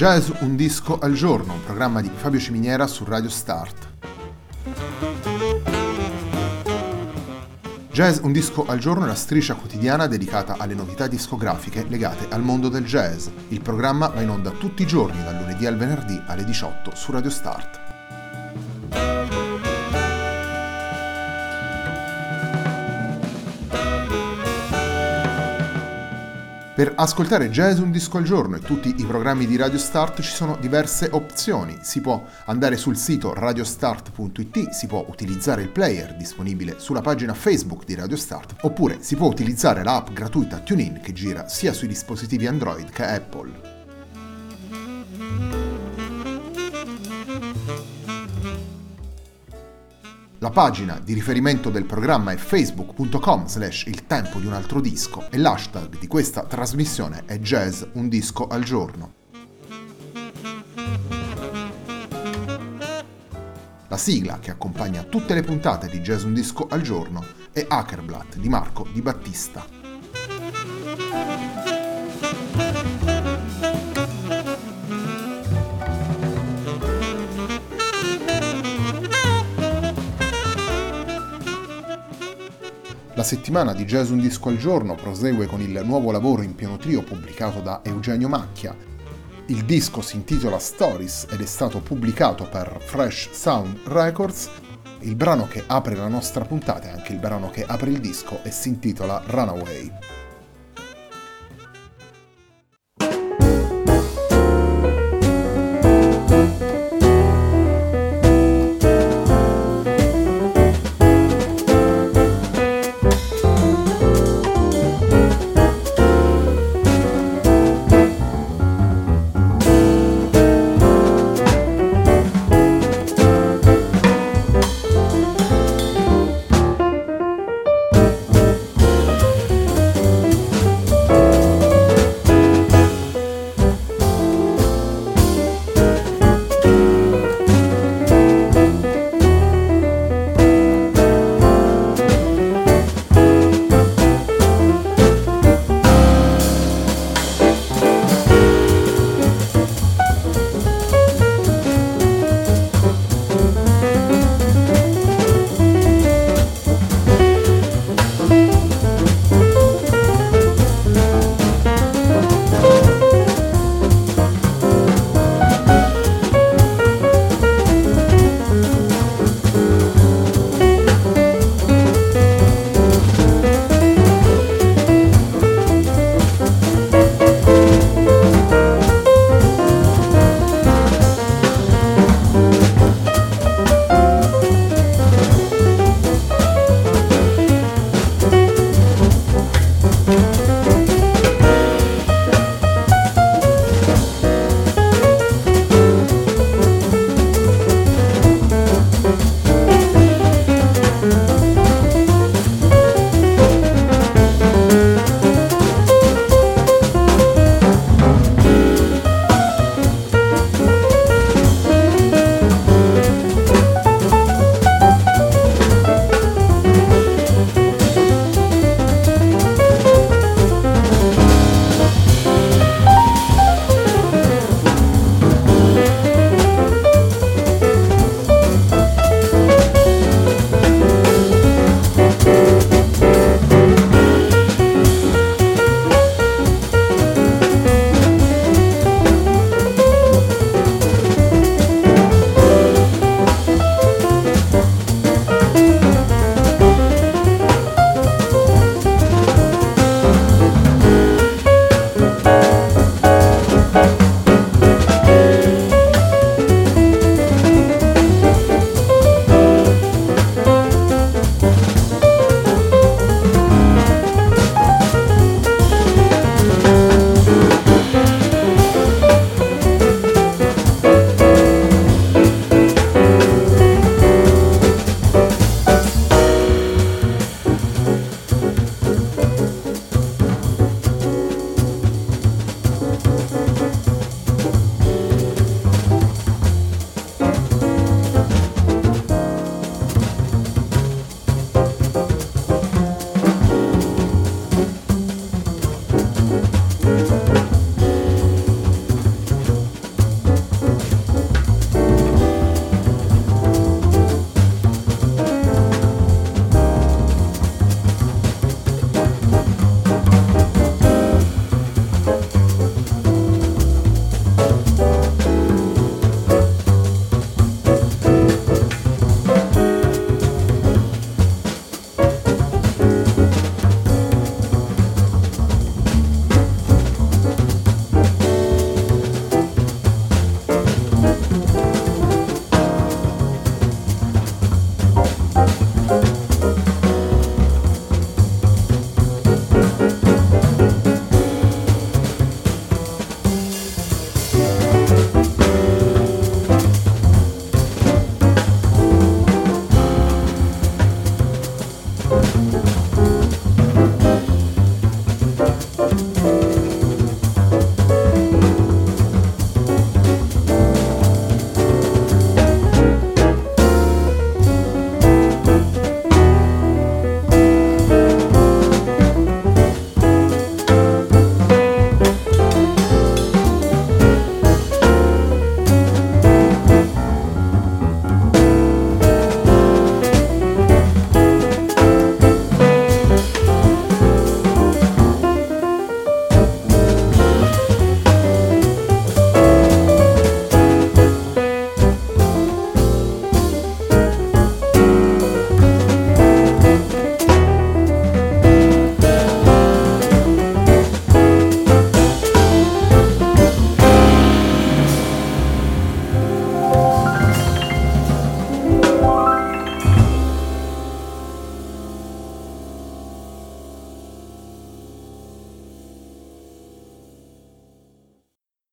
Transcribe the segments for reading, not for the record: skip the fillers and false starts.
Jazz un disco al giorno, un programma di Fabio Ciminiera su Radio Start. Jazz un disco al giorno è la striscia quotidiana dedicata alle novità discografiche legate al mondo del jazz. Il programma va in onda tutti i giorni, dal lunedì al venerdì alle 18 su Radio Start. Per ascoltare Jazz un disco al giorno e tutti i programmi di Radio Start ci sono diverse opzioni. Si può andare sul sito radiostart.it, si può utilizzare il player disponibile sulla pagina Facebook di Radio Start, oppure si può utilizzare l'app gratuita TuneIn che gira sia sui dispositivi Android che Apple. La pagina di riferimento del programma è facebook.com/il tempo di un altro disco e l'hashtag di questa trasmissione è Jazz un disco al giorno. La sigla che accompagna tutte le puntate di Jazz un disco al giorno è Hackerblatt di Marco Di Battista. La settimana di Jazz un disco al giorno prosegue con il nuovo lavoro in pieno trio pubblicato da Eugenio Macchia. Il disco si intitola Stories ed è stato pubblicato per Fresh Sound Records. Il brano che apre la nostra puntata è anche il brano che apre il disco e si intitola Runaway.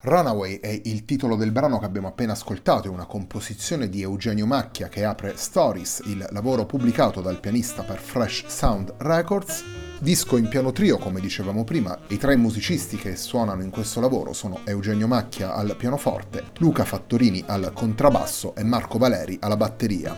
Runaway è il titolo del brano che abbiamo appena ascoltato, è una composizione di Eugenio Macchia che apre Stories, il lavoro pubblicato dal pianista per Fresh Sound Records. Disco in piano trio, come dicevamo prima, i tre musicisti che suonano in questo lavoro sono Eugenio Macchia al pianoforte, Luca Fattorini al contrabbasso e Marco Valeri alla batteria.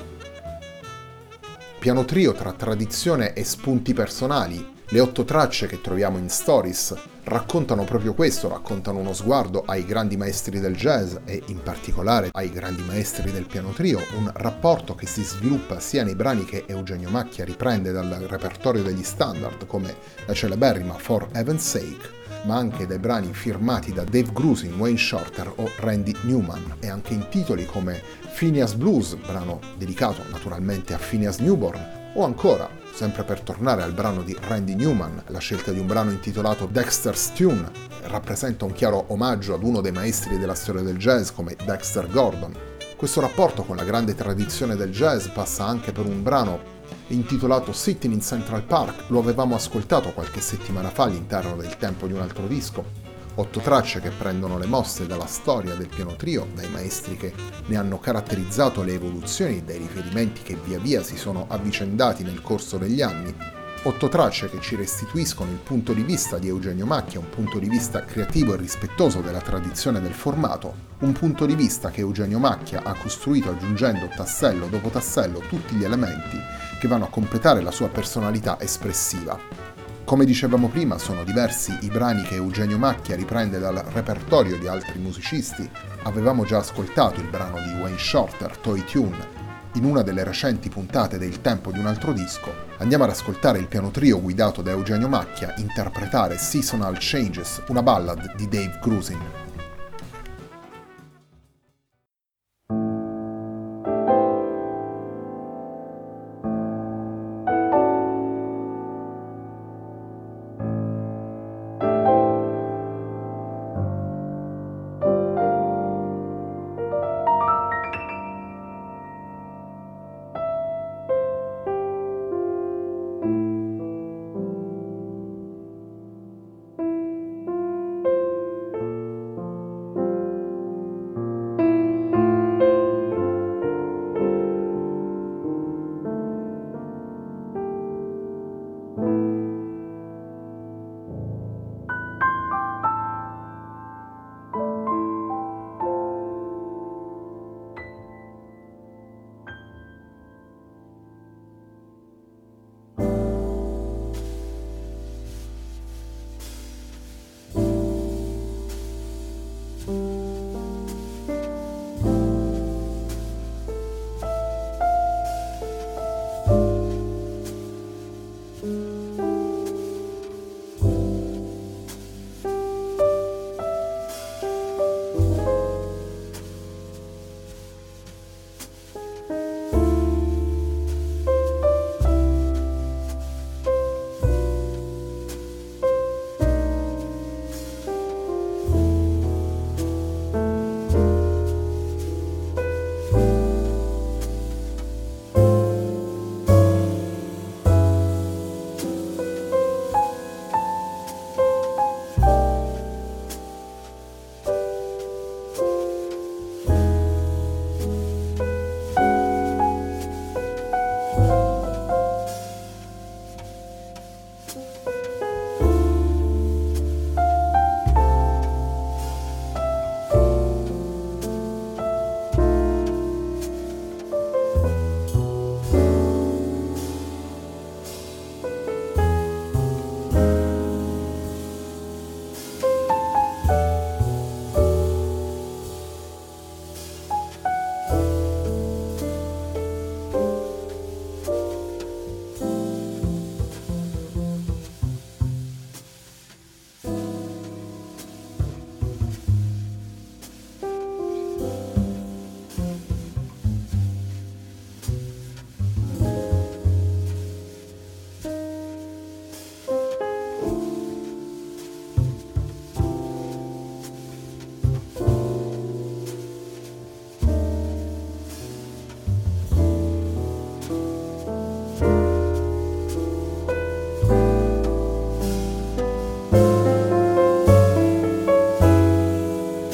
Piano trio tra tradizione e spunti personali. Le 8 tracce che troviamo in Stories raccontano proprio questo, raccontano uno sguardo ai grandi maestri del jazz e in particolare ai grandi maestri del piano trio, un rapporto che si sviluppa sia nei brani che Eugenio Macchia riprende dal repertorio degli standard come la celeberrima For Heaven's Sake, ma anche dai brani firmati da Dave Grusin, Wayne Shorter o Randy Newman, e anche in titoli come Phineas Blues, brano dedicato naturalmente a Phineas Newborn, o ancora, sempre per tornare al brano di Randy Newman, la scelta di un brano intitolato Dexter's Tune rappresenta un chiaro omaggio ad uno dei maestri della storia del jazz come Dexter Gordon. Questo rapporto con la grande tradizione del jazz passa anche per un brano intitolato Sitting in Central Park, lo avevamo ascoltato qualche settimana fa all'interno del tempo di un altro disco. 8 tracce che prendono le mosse dalla storia del piano trio, dai maestri che ne hanno caratterizzato le evoluzioni e dai riferimenti che via via si sono avvicendati nel corso degli anni. 8 tracce che ci restituiscono il punto di vista di Eugenio Macchia, un punto di vista creativo e rispettoso della tradizione del formato, un punto di vista che Eugenio Macchia ha costruito aggiungendo tassello dopo tassello tutti gli elementi che vanno a completare la sua personalità espressiva. Come dicevamo prima, sono diversi i brani che Eugenio Macchia riprende dal repertorio di altri musicisti. Avevamo già ascoltato il brano di Wayne Shorter, Toy Tune, in una delle recenti puntate del tempo di un altro disco. Andiamo ad ascoltare il piano trio guidato da Eugenio Macchia interpretare Seasonal Changes, una ballad di Dave Grusin.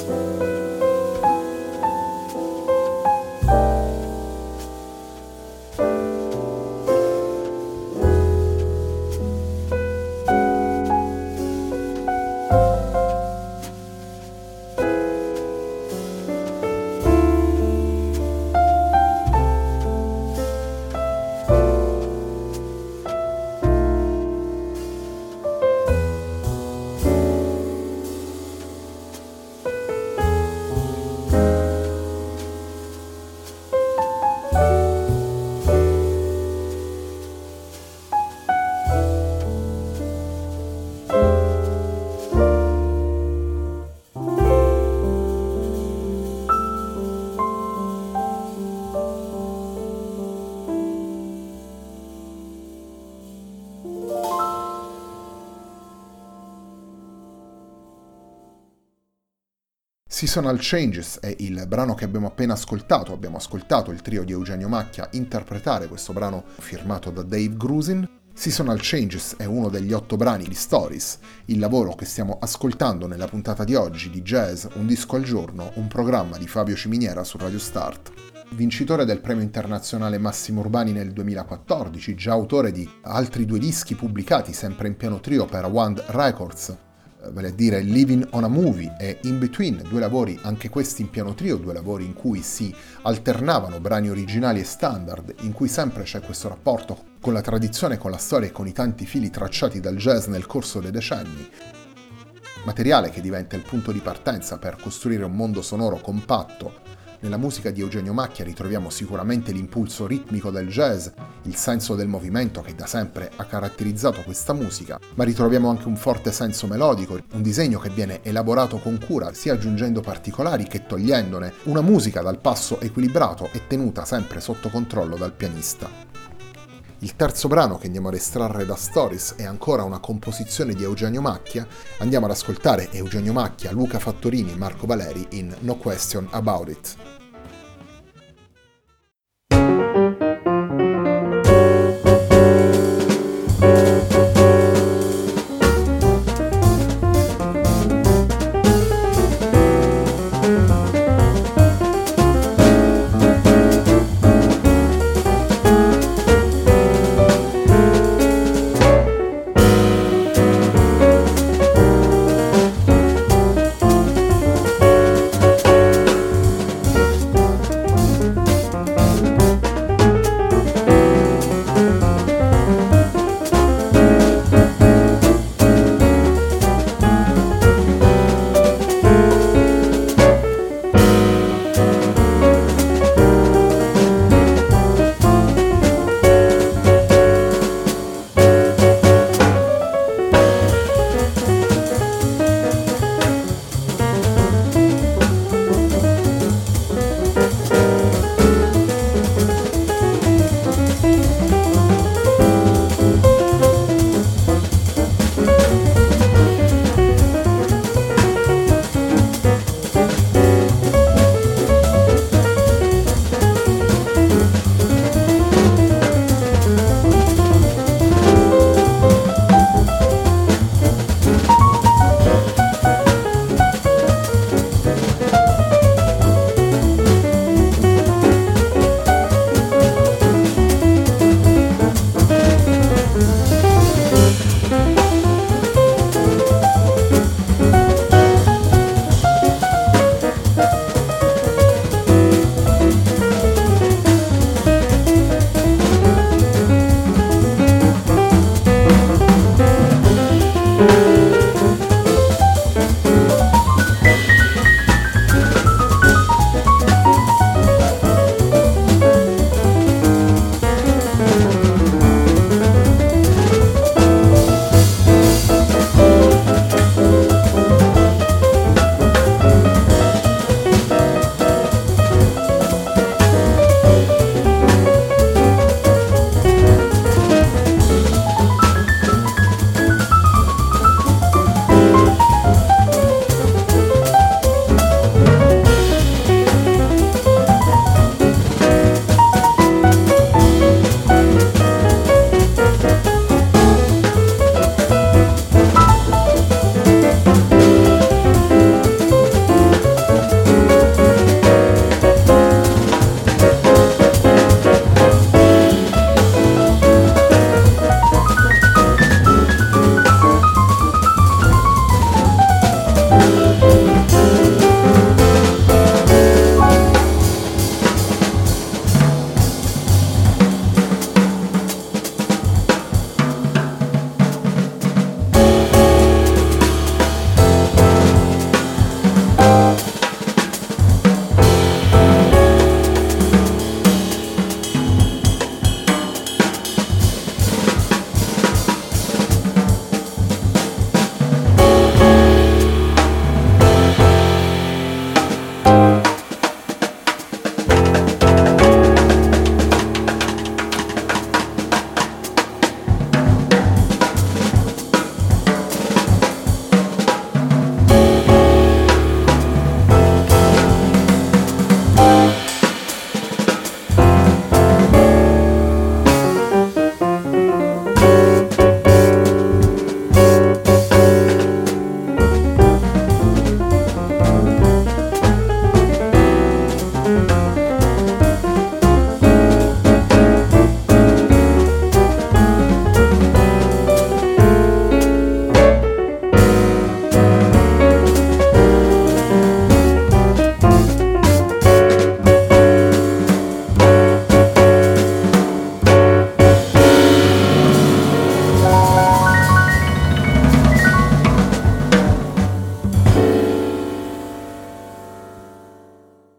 Seasonal Changes è il brano che abbiamo appena ascoltato. Abbiamo ascoltato il trio di Eugenio Macchia interpretare questo brano firmato da Dave Grusin. Seasonal Changes è uno degli 8 brani di Stories, il lavoro che stiamo ascoltando nella puntata di oggi di Jazz Un disco al giorno, un programma di Fabio Ciminiera su Radio Start. Vincitore del premio internazionale Massimo Urbani nel 2014, già autore di altri 2 dischi pubblicati sempre in piano trio per Wand Records, vale a dire Living on a Movie e In Between, 2 lavori anche questi in piano trio, 2 lavori in cui si alternavano brani originali e standard, in cui sempre c'è questo rapporto con la tradizione, con la storia e con i tanti fili tracciati dal jazz nel corso dei decenni. Materiale che diventa il punto di partenza per costruire un mondo sonoro compatto. Nella musica di Eugenio Macchia ritroviamo sicuramente l'impulso ritmico del jazz, il senso del movimento che da sempre ha caratterizzato questa musica, ma ritroviamo anche un forte senso melodico, un disegno che viene elaborato con cura, sia aggiungendo particolari che togliendone, una musica dal passo equilibrato e tenuta sempre sotto controllo dal pianista. Il terzo brano che andiamo ad estrarre da Stories è ancora una composizione di Eugenio Macchia. Andiamo ad ascoltare Eugenio Macchia, Luca Fattorini e Marco Valeri in No Question About It.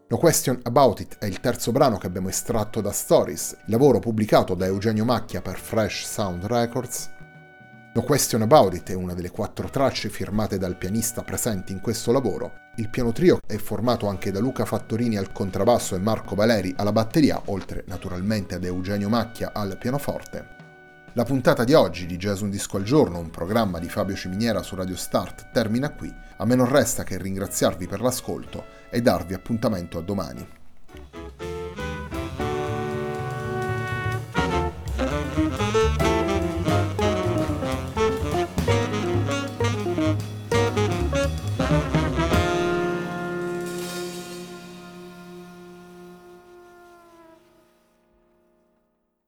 No Question About It è il terzo brano che abbiamo estratto da Stories, il lavoro pubblicato da Eugenio Macchia per Fresh Sound Records. No Question About It è una delle 4 tracce firmate dal pianista presenti in questo lavoro. Il piano trio è formato anche da Luca Fattorini al contrabbasso e Marco Valeri alla batteria, oltre naturalmente ad Eugenio Macchia al pianoforte. La puntata di oggi di Jazz Un Disco al Giorno, un programma di Fabio Ciminiera su Radio Start, termina qui. A me non resta che ringraziarvi per l'ascolto e darvi appuntamento a domani.